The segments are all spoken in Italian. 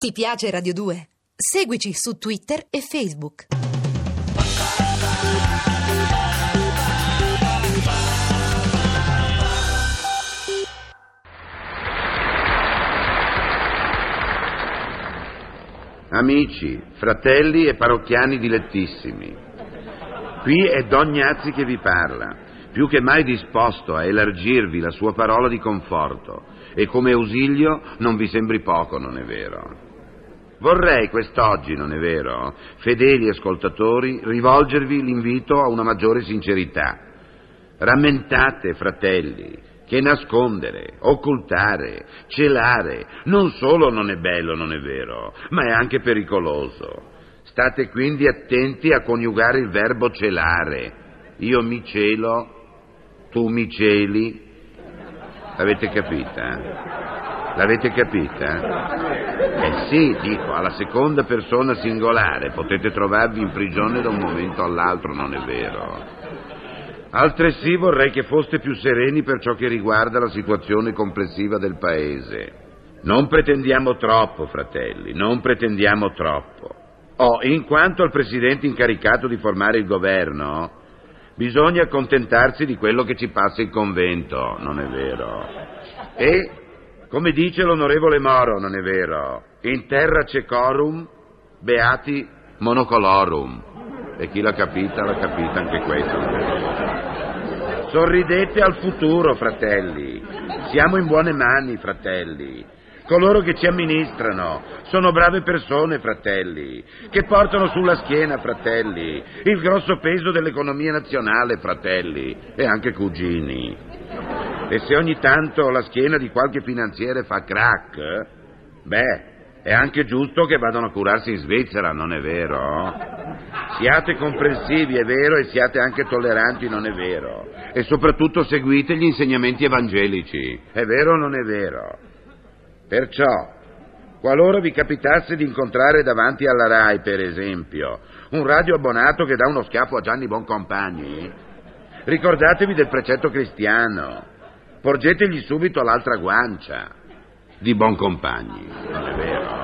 Ti piace Radio 2? Seguici su Twitter e Facebook. Amici, fratelli e parrocchiani dilettissimi, qui è Don Gnazzi che vi parla, più che mai disposto a elargirvi la sua parola di conforto, e come ausilio non vi sembri poco, non è vero? Vorrei quest'oggi, non è vero, fedeli ascoltatori, rivolgervi l'invito a una maggiore sincerità. Rammentate, fratelli, che nascondere, occultare, celare, non solo non è bello, non è vero, ma è anche pericoloso. State quindi attenti a coniugare il verbo celare. Io mi celo, tu mi celi. L'avete capita? L'avete capita? Sì, dico, alla seconda persona singolare. Potete trovarvi in prigione da un momento all'altro, non è vero? Altresì vorrei che foste più sereni per ciò che riguarda la situazione complessiva del Paese. Non pretendiamo troppo, fratelli, non pretendiamo troppo. In quanto al presidente incaricato di formare il governo, bisogna accontentarsi di quello che ci passa il convento, non è vero? E, come dice l'onorevole Moro, non è vero? In terra c'è corum, beati monocolorum. E chi l'ha capita anche questo, non è vero? Sorridete al futuro, fratelli. Siamo in buone mani, fratelli. Coloro che ci amministrano sono brave persone, fratelli, che portano sulla schiena, fratelli, il grosso peso dell'economia nazionale, fratelli, e anche cugini. E se ogni tanto la schiena di qualche finanziere fa crack, è anche giusto che vadano a curarsi in Svizzera, non è vero? Siate comprensivi, è vero, e siate anche tolleranti, non è vero? E soprattutto seguite gli insegnamenti evangelici, è vero o non è vero? Perciò, qualora vi capitasse di incontrare davanti alla RAI, per esempio, un radioabbonato che dà uno schiaffo a Gianni Boncompagni, ricordatevi del precetto cristiano, porgetegli subito l'altra guancia di Boncompagni, non è vero?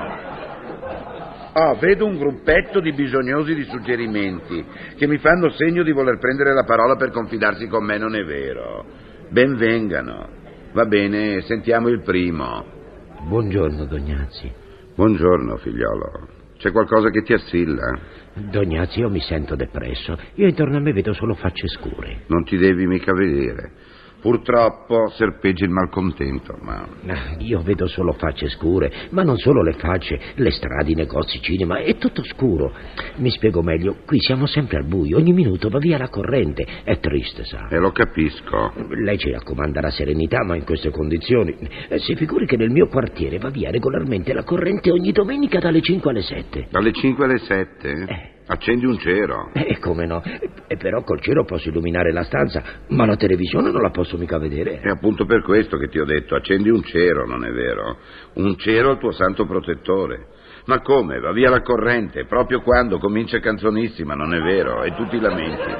Vedo un gruppetto di bisognosi di suggerimenti che mi fanno segno di voler prendere la parola per confidarsi con me, non è vero? Ben vengano. Va bene, sentiamo il primo. Buongiorno, Don Gnazzi. Buongiorno, figliolo. C'è qualcosa che ti assilla? Don Gnazzi, io mi sento depresso. Io intorno a me vedo solo facce scure. Non ti devi mica vedere. Purtroppo serpeggia il malcontento, ma... Io vedo solo facce scure, ma non solo le facce, le strade, i negozi, cinema, è tutto scuro. Mi spiego meglio, qui siamo sempre al buio, ogni minuto va via la corrente, è triste, sa. Lo capisco. Lei ci raccomanda la serenità, ma in queste condizioni... Si figuri che nel mio quartiere va via regolarmente la corrente ogni domenica dalle 5 alle 7. Dalle 5 alle 7? Accendi un cero. Come no? Però col cero posso illuminare la stanza, ma la televisione non la posso mica vedere. È appunto per questo che ti ho detto, accendi un cero, non è vero? Un cero al tuo santo protettore. Ma come? Va via la corrente, proprio quando comincia Canzonissima, non è vero? E tu ti lamenti.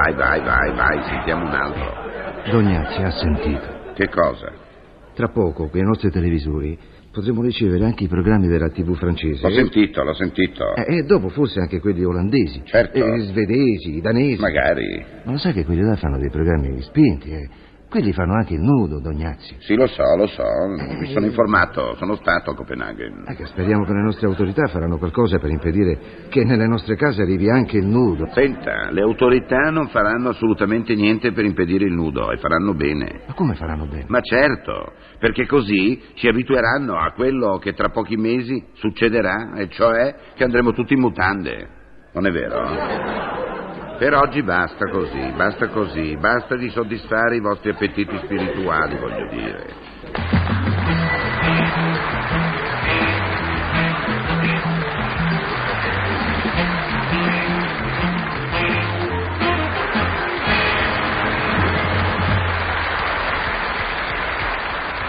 Vai, sentiamo un altro. Don Gnazzi, ha sentito? Che cosa? Tra poco, con i nostri televisori, potremo ricevere anche i programmi della TV francese. L'ho sentito. E dopo forse anche quelli olandesi. Certo. Svedesi, danesi. Magari. Ma lo sai che quelli là fanno dei programmi spinti, Quelli fanno anche il nudo, Don Gnazzi. Sì, lo so. Mi sono informato, sono stato a Copenaghen. Speriamo che le nostre autorità faranno qualcosa per impedire che nelle nostre case arrivi anche il nudo. Senta, le autorità non faranno assolutamente niente per impedire il nudo, e faranno bene. Ma come faranno bene? Ma certo, perché così ci abitueranno a quello che tra pochi mesi succederà, e cioè che andremo tutti in mutande. Non è vero? Per oggi basta così, basta di soddisfare i vostri appetiti spirituali, voglio dire.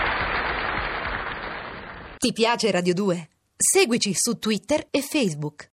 Ti piace Radio 2? Seguici su Twitter e Facebook.